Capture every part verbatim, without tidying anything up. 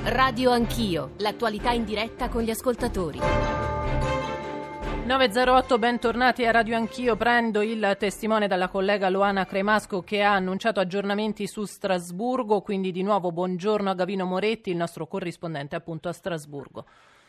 Radio Anch'io, l'attualità in diretta con gli ascoltatori. nove zero otto, bentornati a Radio Anch'io. Prendo il testimone dalla collega Luana Cremasco che ha annunciato aggiornamenti su Strasburgo, quindi di nuovo buongiorno a Gavino Moretti, il nostro corrispondente appunto a Strasburgo.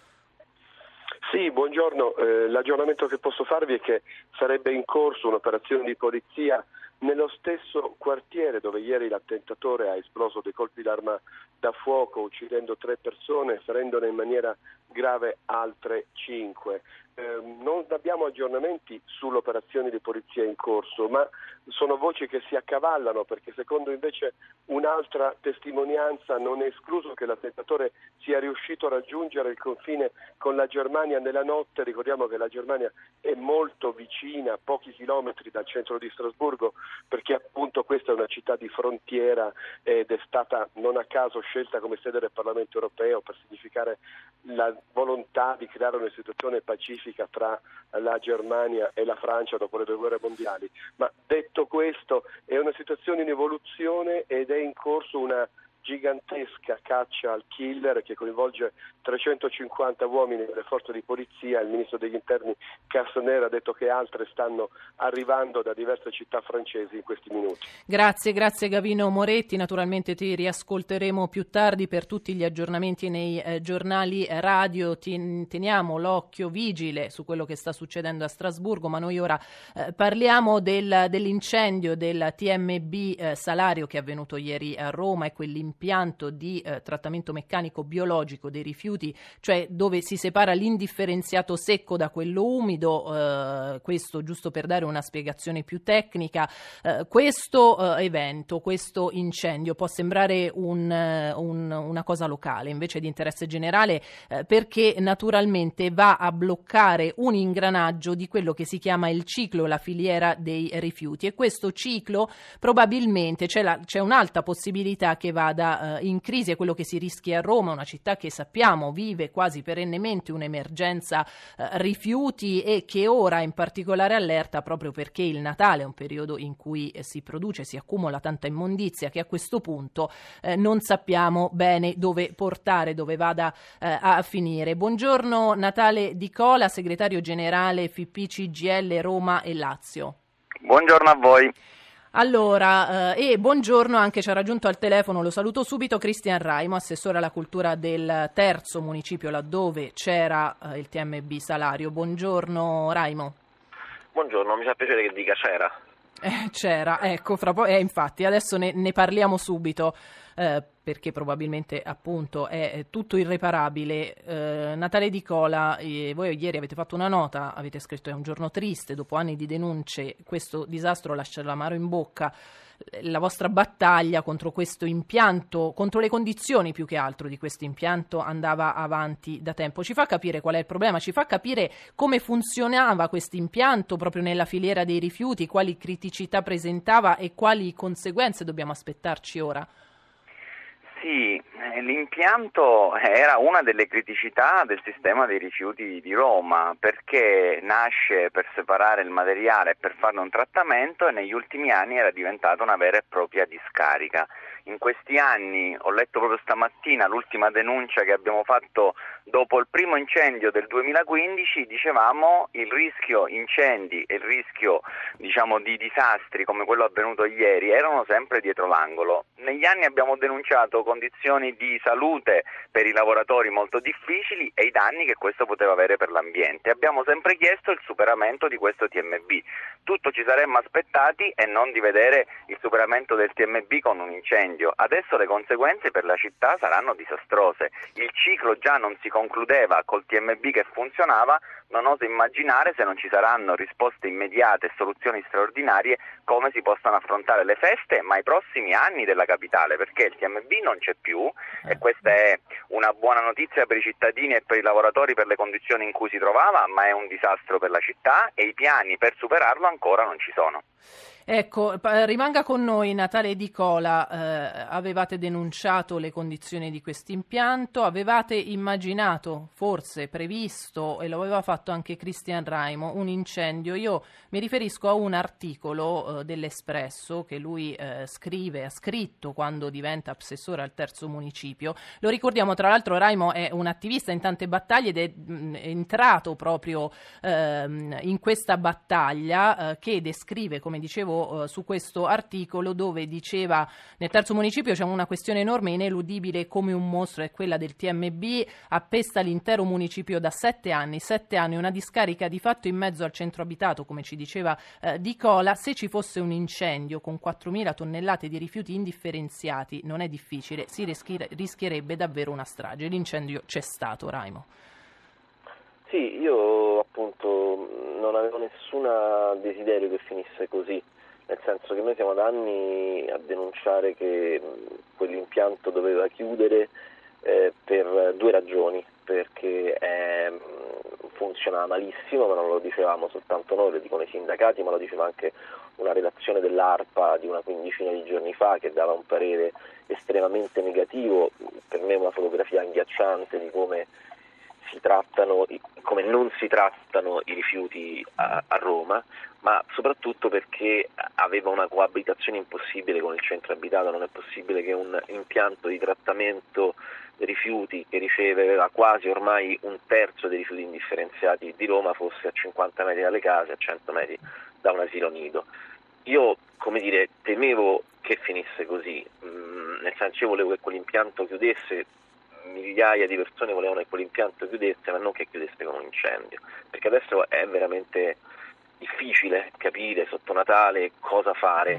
Sì, buongiorno. Eh, l'aggiornamento che posso farvi è che sarebbe in corso un'operazione di polizia nello stesso quartiere dove ieri l'attentatore ha esploso dei colpi d'arma da fuoco, uccidendo tre persone e ferendone in maniera grave altre cinque. Eh, non abbiamo aggiornamenti sull'operazione di polizia in corso, ma sono voci che si accavallano, perché secondo invece un'altra testimonianza non è escluso che l'attentatore sia riuscito a raggiungere il confine con la Germania nella notte. Ricordiamo che la Germania è molto vicina, a pochi chilometri dal centro di Strasburgo, perché appunto questa è una città di frontiera ed è stata non a caso scelta come sede del Parlamento europeo per significare la volontà di creare una situazione pacifica tra la Germania e la Francia dopo le due guerre mondiali. Ma detto questo, è una situazione in evoluzione ed è in corso una gigantesca caccia al killer che coinvolge trecentocinquanta uomini delle forze di polizia. Il ministro degli interni Castaner ha detto che altre stanno arrivando da diverse città francesi in questi minuti. Grazie, grazie Gavino Moretti. Naturalmente ti riascolteremo più tardi per tutti gli aggiornamenti nei eh, giornali radio. Ti, teniamo l'occhio vigile su quello che sta succedendo a Strasburgo, ma noi ora eh, parliamo del, dell'incendio del T M B eh, Salario che è avvenuto ieri a Roma, e quell'impianto impianto di eh, trattamento meccanico biologico dei rifiuti, cioè dove si separa l'indifferenziato secco da quello umido. Eh, questo giusto per dare una spiegazione più tecnica. Eh, questo eh, evento, questo incendio può sembrare un, un, una cosa locale, invece di interesse generale, eh, perché naturalmente va a bloccare un ingranaggio di quello che si chiama il ciclo, la filiera dei rifiuti, e questo ciclo probabilmente c'è, la, c'è un'alta possibilità che vada in crisi. È quello che si rischia a Roma, una città che sappiamo vive quasi perennemente un'emergenza eh, rifiuti, e che ora è in particolare allerta proprio perché il Natale è un periodo in cui eh, si produce, si accumula tanta immondizia che a questo punto eh, non sappiamo bene dove portare, dove vada eh, a finire. Buongiorno Natale Di Cola, segretario generale F I P C G I L Roma e Lazio. Buongiorno a voi. Allora, eh, e buongiorno anche, ci ha raggiunto al telefono, lo saluto subito, Cristian Raimo, assessore alla cultura del terzo municipio laddove c'era eh, il T M B Salario. Buongiorno Raimo. Buongiorno, mi fa piacere che dica c'era. Eh, c'era, ecco, fra po- eh, infatti adesso ne, ne parliamo subito. Eh, perché probabilmente appunto è, è tutto irreparabile. Eh, Natale Di Cola, eh, voi ieri avete fatto una nota, avete scritto: è un giorno triste, dopo anni di denunce questo disastro lascia l'amaro in bocca. La vostra battaglia contro questo impianto, contro le condizioni più che altro di questo impianto, andava avanti da tempo. Ci fa capire qual è il problema, ci fa capire come funzionava questo impianto proprio nella filiera dei rifiuti, quali criticità presentava e quali conseguenze dobbiamo aspettarci ora? Sì, l'impianto era una delle criticità del sistema dei rifiuti di Roma, perché nasce per separare il materiale e per farne un trattamento, e negli ultimi anni era diventata una vera e propria discarica. In questi anni, ho letto proprio stamattina l'ultima denuncia che abbiamo fatto dopo il primo incendio del duemilaquindici, dicevamo il rischio incendi e il rischio diciamo di disastri come quello avvenuto ieri erano sempre dietro l'angolo. Negli anni abbiamo denunciato condizioni di salute per i lavoratori molto difficili e i danni che questo poteva avere per l'ambiente. Abbiamo sempre chiesto il superamento di questo T M B. Tutto ci saremmo aspettati e non di vedere il superamento del T M B con un incendio. Adesso le conseguenze per la città saranno disastrose. Il ciclo già non si concludeva col T M B che funzionava, non oso immaginare, se non ci saranno risposte immediate e soluzioni straordinarie, come si possano affrontare le feste, ma i prossimi anni della capitale, perché il T M B non c'è più e questa è una buona notizia per i cittadini e per i lavoratori per le condizioni in cui si trovava, ma è un disastro per la città e i piani per superarlo ancora non ci sono. Ecco, pa- rimanga con noi Natale Di Cola, eh, avevate denunciato le condizioni di questo impianto, avevate immaginato, forse previsto, e lo aveva fatto anche Cristian Raimo, un incendio. Io mi riferisco a un articolo eh, dell'Espresso che lui eh, scrive, ha scritto quando diventa assessore al terzo municipio. Lo ricordiamo, tra l'altro Raimo è un attivista in tante battaglie ed è mh, entrato proprio ehm, in questa battaglia eh, che descrive, come dicevo, su questo articolo, dove diceva: nel terzo municipio c'è una questione enorme, ineludibile come un mostro, è quella del T M B, appesta l'intero municipio da sette anni, sette anni, una discarica di fatto in mezzo al centro abitato, come ci diceva eh, Di Cola. Se ci fosse un incendio con quattromila tonnellate di rifiuti indifferenziati, non è difficile, si rischi- rischierebbe davvero una strage. L'incendio c'è stato, Raimo. Sì, io appunto non avevo nessun desiderio che finisse così, nel senso che noi siamo da anni a denunciare che quell'impianto doveva chiudere eh, per due ragioni, perché eh, funzionava malissimo, ma non lo dicevamo soltanto noi, lo dicono i sindacati, ma lo diceva anche una redazione dell'ARPA di una quindicina di giorni fa che dava un parere estremamente negativo, per me una fotografia agghiacciante di come si trattano, come non si trattano i rifiuti a, a Roma, ma soprattutto perché aveva una coabitazione impossibile con il centro abitato. Non è possibile che un impianto di trattamento dei rifiuti che riceve quasi ormai un terzo dei rifiuti indifferenziati di Roma fosse a cinquanta metri dalle case, a cento metri da un asilo nido. Io, come dire, temevo che finisse così, mh, nel senso io volevo che quell'impianto chiudesse, migliaia di persone volevano che quell'impianto chiudesse, ma non che chiudesse con un incendio, perché adesso è veramente difficile capire sotto Natale cosa fare,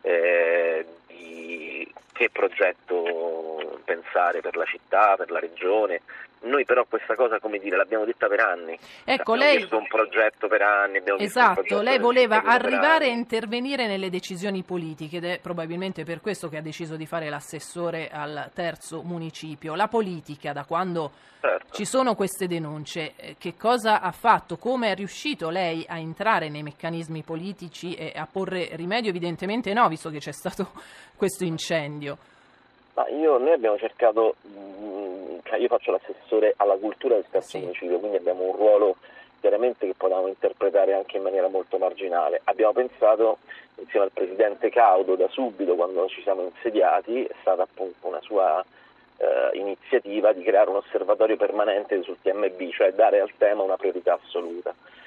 eh, di che progetto pensare per la città, per la regione. Noi però questa cosa, come dire, l'abbiamo detta per anni. Ecco, abbiamo lei... visto un progetto per anni. Abbiamo esatto, visto un lei voleva arrivare a anni. intervenire nelle decisioni politiche ed è probabilmente per questo che ha deciso di fare l'assessore al terzo municipio. La politica, da quando certo. ci sono queste denunce, che cosa ha fatto? Come è riuscito lei a entrare nei meccanismi politici e a porre rimedio? Evidentemente no, visto che c'è stato questo incendio. Ma io, noi abbiamo cercato, cioè io faccio l'assessore alla cultura del terzo sì. municipio, quindi abbiamo un ruolo chiaramente che potevamo interpretare anche in maniera molto marginale. Abbiamo pensato, insieme al presidente Caudo, da subito quando ci siamo insediati, è stata appunto una sua eh, iniziativa di creare un osservatorio permanente sul T M B, cioè dare al tema una priorità assoluta.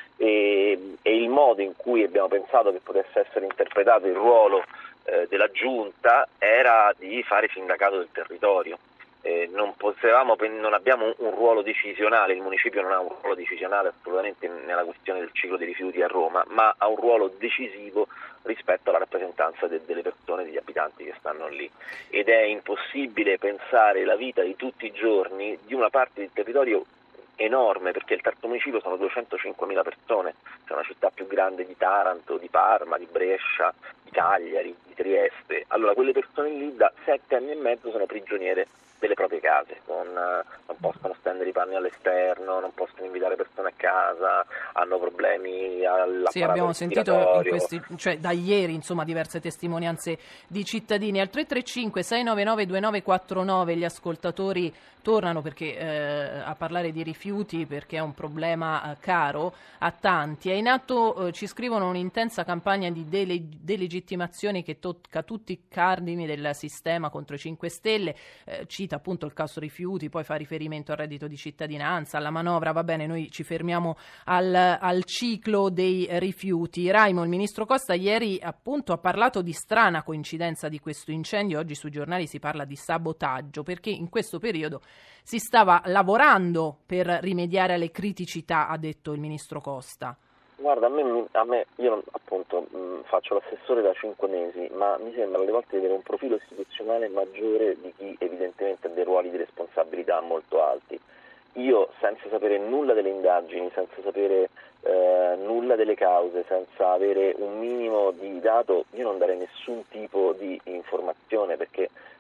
E, e il modo in cui abbiamo pensato che potesse essere interpretato il ruolo eh, della giunta era di fare sindacato del territorio. Eh, non potevamo, non abbiamo un, un ruolo decisionale, il municipio non ha un ruolo decisionale assolutamente nella questione del ciclo dei rifiuti a Roma, ma ha un ruolo decisivo rispetto alla rappresentanza de, delle persone, degli abitanti che stanno lì, ed è impossibile pensare la vita di tutti i giorni di una parte del territorio enorme, perché il terzo municipio sono duecentocinquemila persone, è una città più grande di Taranto, di Parma, di Brescia, di Cagliari, di Trieste. Allora quelle persone lì da sette anni e mezzo sono prigioniere delle proprie case, non, non possono stendere i panni all'esterno, non possono invitare persone a casa, hanno problemi all'apparato Sì, abbiamo sentito in questi, cioè, da ieri insomma diverse testimonianze di cittadini. Al tre tre cinque sei nove nove due nove quattro nove gli ascoltatori tornano perché eh, a parlare di rifiuti, perché è un problema eh, caro a tanti. È in atto, eh, ci scrivono, un'intensa campagna di dele- delegittimazione che tocca tutti i cardini del sistema contro i cinque Stelle, eh, cita appunto il caso rifiuti, poi fa riferimento al reddito di cittadinanza, alla manovra. Va bene, noi ci fermiamo al, al ciclo dei rifiuti. Raimo, il ministro Costa ieri appunto ha parlato di strana coincidenza di questo incendio, oggi sui giornali si parla di sabotaggio, perché in questo periodo si stava lavorando per rimediare alle criticità, ha detto il ministro Costa. Guarda, a me, a me io appunto mh, faccio l'assessore da cinque mesi, ma mi sembra alle volte di avere un profilo istituzionale maggiore di chi evidentemente ha dei ruoli di responsabilità molto alti. Io, senza sapere nulla delle indagini, senza sapere eh, nulla delle cause, senza avere un minimo di dato, io non darei nessun tipo di informazione, perché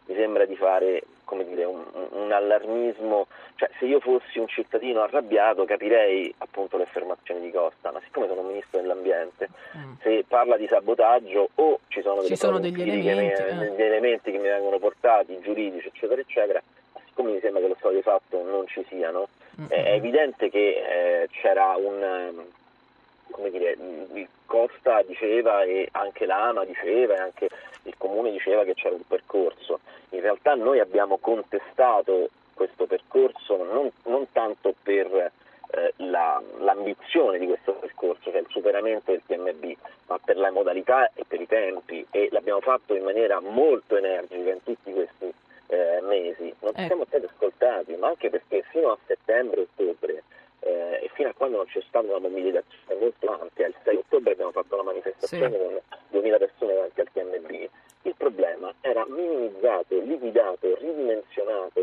mi sembra di fare, come dire, un, un allarmismo. Cioè, se io fossi un cittadino arrabbiato capirei appunto le affermazioni di Costa, ma siccome sono ministro dell'ambiente, mm. se parla di sabotaggio o ci sono, delle ci sono degli, elementi, che mi, eh. degli elementi che mi vengono portati, giuridici, eccetera, eccetera, siccome mi sembra che lo stato di fatto non ci siano, mm-hmm. è evidente che eh, c'era un... come dire, il Costa diceva e anche l'AMA diceva e anche il Comune diceva che c'era un percorso. In realtà noi abbiamo contestato questo percorso non, non tanto per eh, la, l'ambizione di questo percorso, cioè il superamento del T M B, ma per la modalità e per i tempi, e l'abbiamo fatto in maniera molto energica in tutti questi eh, mesi. Non eh. siamo stati ascoltati, ma anche perché fino a settembre-ottobre Eh, e fino a quando non c'è stata una mobilitazione molto ampia, il sei ottobre abbiamo fatto una manifestazione sì. con duemila persone davanti al T M B, il problema era minimizzato, liquidato, ridimensionato.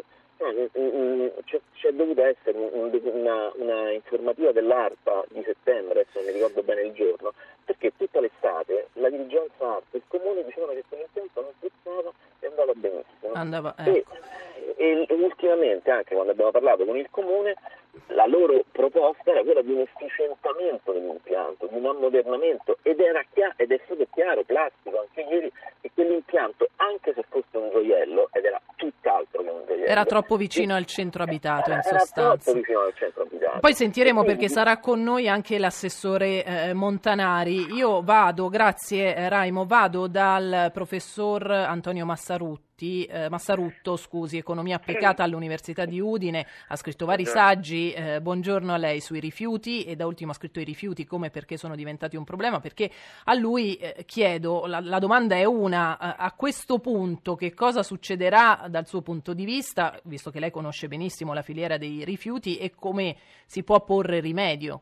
C'è, c'è dovuta essere un, una, una informativa dell'ARPA di settembre, adesso non mi ricordo bene il giorno, perché tutta l'estate la dirigenza ARPA, il comune dicevano che quell'impianto non funzionava e andava benissimo. Andava, ecco. e, e ultimamente, anche quando abbiamo parlato con il comune, la loro proposta era quella di un efficientamento dell'impianto, di un ammodernamento, ed era chiaro, ed è stato chiaro, plastico anche ieri, che quell'impianto, anche se fosse un gioiello, ed era tutt'altro che un gioiello, era troppo vicino al centro abitato, in era sostanza. Troppo vicino al centro abitato. Poi sentiremo quindi... perché sarà con noi anche l'assessore eh, Montanari. Io vado, grazie eh, Raimo, vado dal professor Antonio Massarutti, eh, Massarutto, scusi, economia applicata all'Università di Udine, ha scritto vari Buongiorno. saggi, eh, buongiorno a lei, sui rifiuti, e da ultimo ha scritto i rifiuti come e perché sono diventati un problema, perché a lui eh, chiedo, la, la domanda è una, a, a questo punto che cosa succederà dal suo punto di vista, visto che lei conosce benissimo la filiera dei rifiuti, e come si può porre rimedio?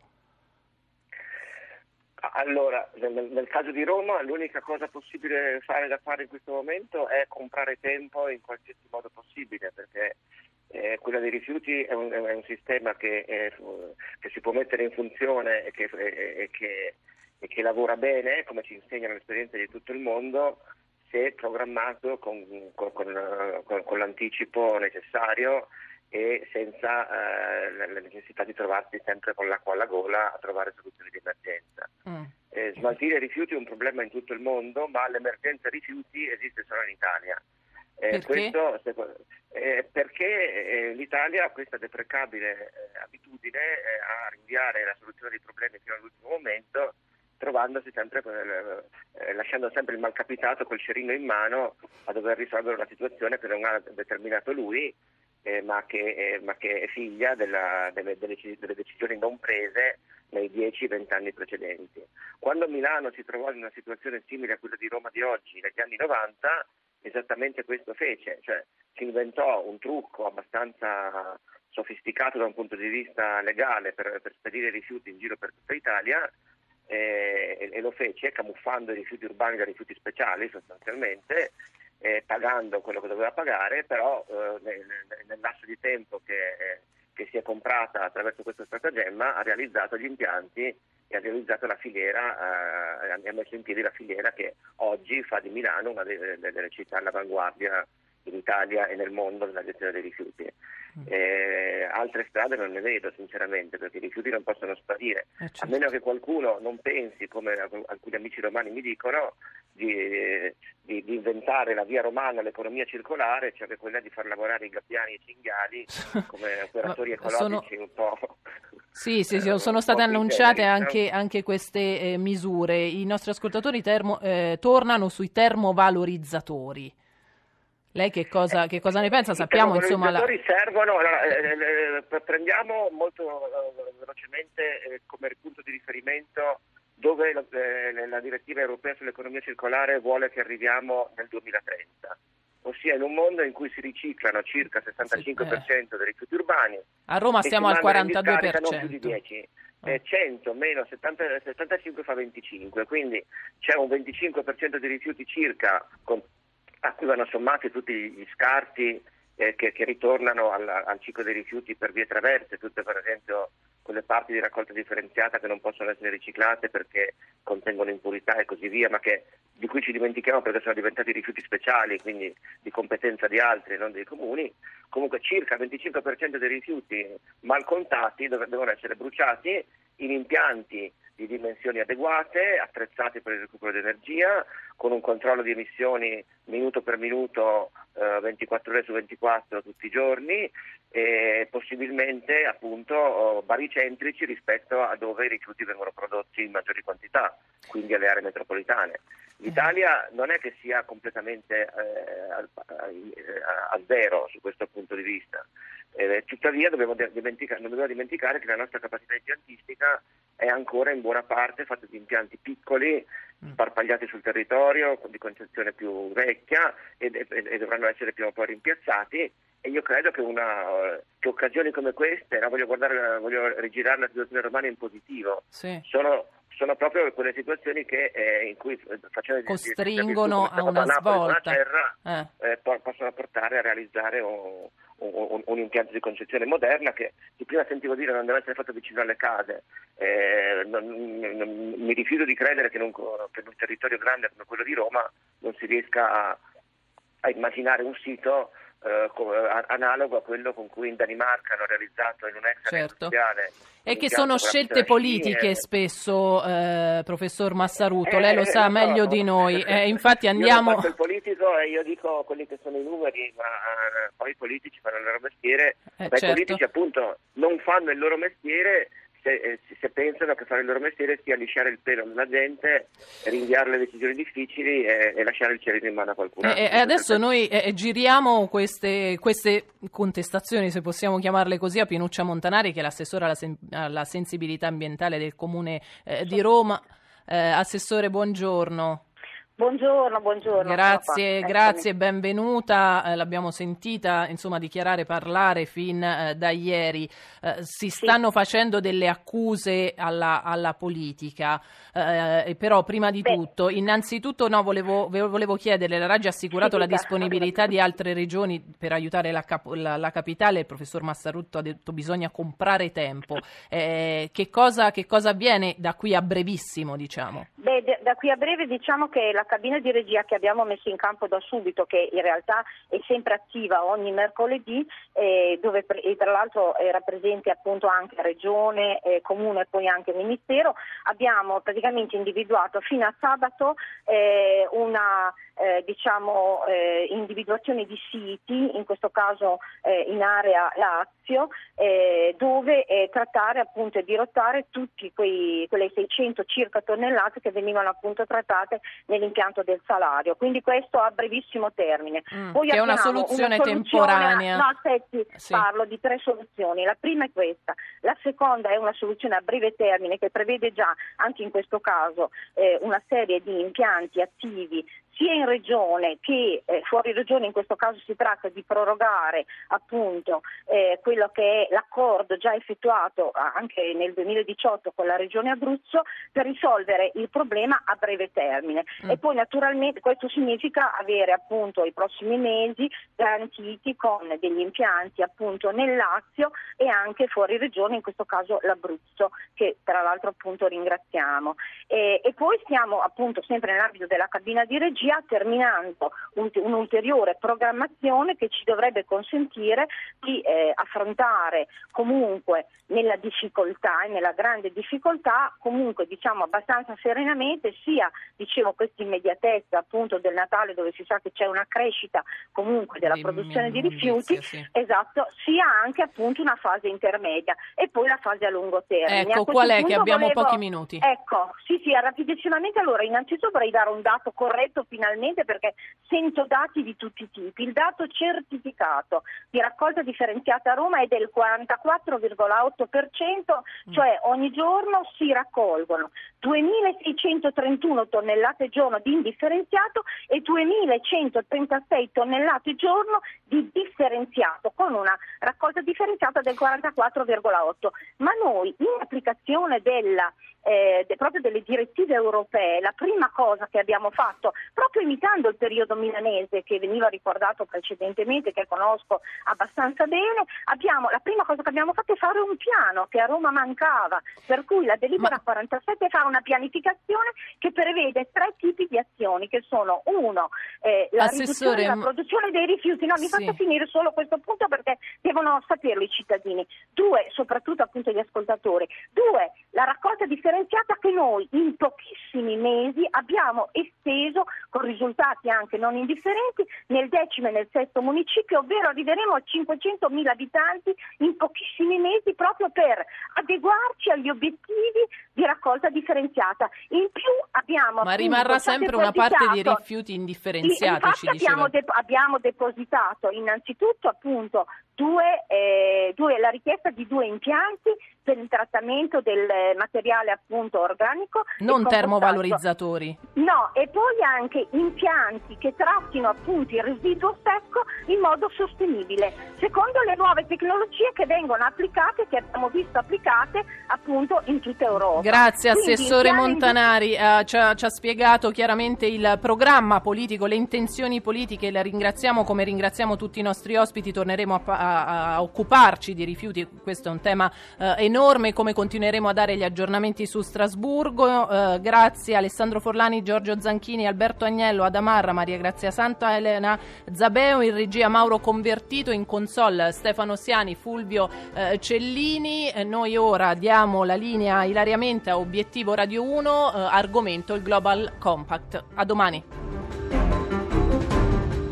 Allora, nel, nel caso di Roma l'unica cosa possibile fare da fare in questo momento è comprare tempo in qualsiasi modo possibile, perché eh, quella dei rifiuti è un, è un sistema che, è, che si può mettere in funzione e che, e, e che, e che lavora bene, come ci insegnano le esperienze di tutto il mondo, se programmato con, con, con, con, con l'anticipo necessario e senza eh, la necessità di trovarsi sempre con l'acqua alla gola a trovare soluzioni di emergenza. Mm. Eh, smaltire rifiuti è un problema in tutto il mondo, ma l'emergenza rifiuti esiste solo in Italia. Eh, perché? Questo, eh, perché eh, l'Italia ha questa deprecabile eh, abitudine eh, a rinviare la soluzione dei problemi fino all'ultimo momento, trovandosi sempre, eh, lasciando sempre il malcapitato col cerino in mano a dover risolvere una situazione che non ha determinato lui, Eh, ma, che, eh, ma che è figlia della, delle, delle, delle decisioni non prese nei dieci venti anni precedenti. Quando Milano si trovò in una situazione simile a quella di Roma di oggi, negli anni novanta, esattamente questo fece, cioè si inventò un trucco abbastanza sofisticato da un punto di vista legale per, per spedire rifiuti in giro per tutta Italia, eh, e, e lo fece camuffando i rifiuti urbani da rifiuti speciali sostanzialmente, Eh, pagando quello che doveva pagare, però eh, nel, nel lasso di tempo che, eh, che si è comprata attraverso questo stratagemma ha realizzato gli impianti e ha realizzato la filiera, eh, ha messo in piedi la filiera che oggi fa di Milano una delle, delle città all'avanguardia in Italia e nel mondo nella gestione dei rifiuti. Eh, altre strade non ne vedo sinceramente, perché i rifiuti non possono sparire, eh, certo. a meno che qualcuno non pensi, come alcuni amici romani mi dicono, di, di, di inventare la via romana all'economia circolare, cioè quella di far lavorare i gabbiani e i cinghiali come operatori ecologici. Sono... un po'. Sì, sì, sì, sono state annunciate anche, anche queste eh, misure. I nostri ascoltatori termo, eh, tornano sui termovalorizzatori. Lei che cosa, che cosa ne pensa? Sappiamo, I insomma, la... servono, allora, eh, eh, prendiamo molto eh, velocemente eh, come punto di riferimento dove la, eh, la direttiva europea sull'economia circolare vuole che arriviamo nel duemilatrenta, ossia in un mondo in cui si riciclano circa il sessantacinque per cento dei rifiuti urbani. A Roma stiamo al quarantadue per cento. Non più di dieci. Eh, cento meno settanta, settantacinque fa venticinque, quindi c'è un venticinque per cento di rifiuti circa con, a cui vanno sommati tutti gli scarti eh, che, che ritornano al, al ciclo dei rifiuti per vie traverse, tutte per esempio quelle parti di raccolta differenziata che non possono essere riciclate perché contengono impurità e così via, ma che, di cui ci dimentichiamo perché sono diventati rifiuti speciali, quindi di competenza di altri, non dei comuni. Comunque circa il venticinque per cento dei rifiuti mal contati devono essere bruciati in impianti di dimensioni adeguate, attrezzati per il recupero di energia, con un controllo di emissioni minuto per minuto, eh, ventiquattro ore su ventiquattro tutti i giorni, e possibilmente appunto baricentrici rispetto a dove i rifiuti vengono prodotti in maggiori quantità, quindi alle aree metropolitane. L'Italia non è che sia completamente eh, a, a, a zero su questo punto di vista, eh, tuttavia dobbiamo dimenticare, non dobbiamo dimenticare che la nostra capacità impiantistica è ancora in buona parte fatta di impianti piccoli, sparpagliati sul territorio, di concezione più vecchia, e, e, e dovranno essere prima o poi rimpiazzati. E io credo che, una, che occasioni come queste, no, voglio, guardare, voglio rigirare la situazione romana in positivo, sì. sono, sono proprio quelle situazioni che, eh, in cui facendo costringono a una svolta, una terra, eh. eh, possono portare a realizzare un, un, un impianto di concezione moderna che, che prima sentivo dire non deve essere fatto vicino alle case. Eh, non, non, mi rifiuto di credere che in un, che in un territorio grande come quello di Roma non si riesca a, a immaginare un sito Uh, analogo a quello con cui in Danimarca hanno realizzato in un ex certo. industriale. E che sono scelte politiche e... spesso, eh, professor Massaruto, eh, lei lo sa eh, meglio no. di noi. Eh, infatti andiamo... Io non faccio il politico e io dico quelli che sono i numeri, ma uh, poi i politici fanno il loro mestiere, eh, ma certo. i politici appunto non fanno il loro mestiere se, se pensano che fare il loro mestiere sia lisciare il pelo alla gente, rinviare le decisioni difficili e, e lasciare il cerino in mano a qualcuno. E, e adesso noi eh, giriamo queste, queste contestazioni, se possiamo chiamarle così, a Pinuccia Montanari, che è l'assessore alla, sen- alla sensibilità ambientale del Comune eh, di Roma. Eh, assessore, buongiorno. Buongiorno, buongiorno. Grazie, grazie, benvenuta. Eh, l'abbiamo sentita insomma dichiarare, parlare fin eh, da ieri. Eh, si stanno sì. facendo delle accuse alla, alla politica, eh, però prima di Beh. tutto, innanzitutto no, volevo, volevo chiederle, la Raggi ha assicurato sì, la disponibilità di altre regioni per aiutare la, cap- la, la capitale, il professor Massaruto ha detto bisogna comprare tempo. Eh, che cosa, che cosa avviene da qui a brevissimo, diciamo? Beh, d- da qui a breve diciamo che la cabina di regia che abbiamo messo in campo da subito, che in realtà è sempre attiva ogni mercoledì, eh, dove pre- e tra l'altro era presente appunto anche Regione, eh, Comune e poi anche Ministero, abbiamo praticamente individuato fino a sabato eh, una eh, diciamo eh, individuazione di siti, in questo caso eh, in area Lazio, eh, dove eh, trattare appunto e dirottare tutti quei quelle seicento circa tonnellate che venivano appunto trattate nell'impianto del Salario, quindi questo a brevissimo termine. Mm, Poi che è una soluzione, una soluzione temporanea. No, aspetti, sì. parlo di tre soluzioni. La prima è questa, la seconda è una soluzione a breve termine che prevede già anche in questo caso eh, una serie di impianti attivi sia in regione che eh, fuori regione. In questo caso si tratta di prorogare appunto eh, quello che è l'accordo già effettuato anche nel duemiladiciotto con la regione Abruzzo per risolvere il problema a breve termine. Mm. E poi naturalmente questo significa avere appunto i prossimi mesi garantiti con degli impianti appunto nel Lazio e anche fuori regione, in questo caso l'Abruzzo, che tra l'altro appunto ringraziamo. E, e poi stiamo appunto sempre nell'ambito della cabina di regia terminando un, un'ulteriore programmazione che ci dovrebbe consentire di eh, affrontare comunque nella difficoltà e nella grande difficoltà, comunque diciamo abbastanza serenamente, sia dicevo questa immediatezza appunto del Natale, dove si sa che c'è una crescita comunque della di produzione di rifiuti, sì. esatto, sia anche appunto una fase intermedia e poi la fase a lungo termine. Ecco, qual è che abbiamo volevo, pochi minuti? Ecco, sì sì, rapidissimamente. Allora, innanzitutto vorrei dare un dato corretto finalmente, perché sento dati di tutti i tipi. Il dato certificato di raccolta differenziata a Roma è del quarantaquattro virgola otto per cento, cioè ogni giorno si raccolgono duemilaseicentotrentuno tonnellate giorno di indifferenziato e duemilacentotrentasei tonnellate giorno di differenziato, con una raccolta differenziata del quarantaquattro virgola otto. Ma noi, in applicazione della eh, de, proprio delle direttive europee, la prima cosa che abbiamo fatto, proprio imitando il periodo milanese che veniva ricordato precedentemente, che conosco abbastanza bene, abbiamo, la prima cosa che abbiamo fatto è fare un piano che a Roma mancava, per cui la delibera Ma... quarantasette fa una pianificazione che prevede tre tipi di azioni, che sono uno, eh, la Assessore, riduzione della produzione dei rifiuti, no, mi sì. faccio finire solo questo punto perché devono saperlo i cittadini, due, soprattutto appunto gli ascoltatori, due, la raccolta differenziata che noi in pochissimi mesi abbiamo esteso con risultati anche non indifferenti nel decimo e nel sesto municipio, ovvero arriveremo a cinquecentomila abitanti in pochissimi mesi proprio per adeguarci agli obiettivi di raccolta differenziata. In più abbiamo Ma appunto, rimarrà sempre una parte di depositato- rifiuti indifferenziati, Infatti ci diceva. abbiamo, de- abbiamo depositato innanzitutto appunto due, eh, due, la richiesta di due impianti per il trattamento del materiale appunto organico Non e termovalorizzatori. No, e poi anche impianti che trattino appunto il residuo secco in modo sostenibile, secondo le nuove tecnologie che vengono applicate, che abbiamo visto applicate appunto in tutta Europa. Grazie Quindi Assessore il piano Montanari, eh, ci, ha, ci ha spiegato chiaramente il programma politico, le intenzioni politiche, la ringraziamo come ringraziamo tutti i nostri ospiti, torneremo a, a, a occuparci di rifiuti, questo è un tema eh, enorme, come continueremo a dare gli aggiornamenti su Strasburgo. Eh, grazie Alessandro Forlani, Giorgio Zanchini, Alberto Agnello, Adamarra, Maria Grazia Santa, Elena Zabeo, in regia Mauro Convertito, in console Stefano Siani, Fulvio eh, Cellini. Eh, noi ora diamo la linea ilariamente a Obiettivo Radio uno, eh, argomento il Global Compact. A domani.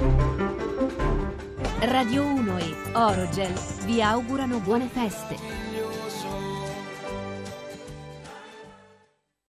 Radio uno e Orogel vi augurano buone feste.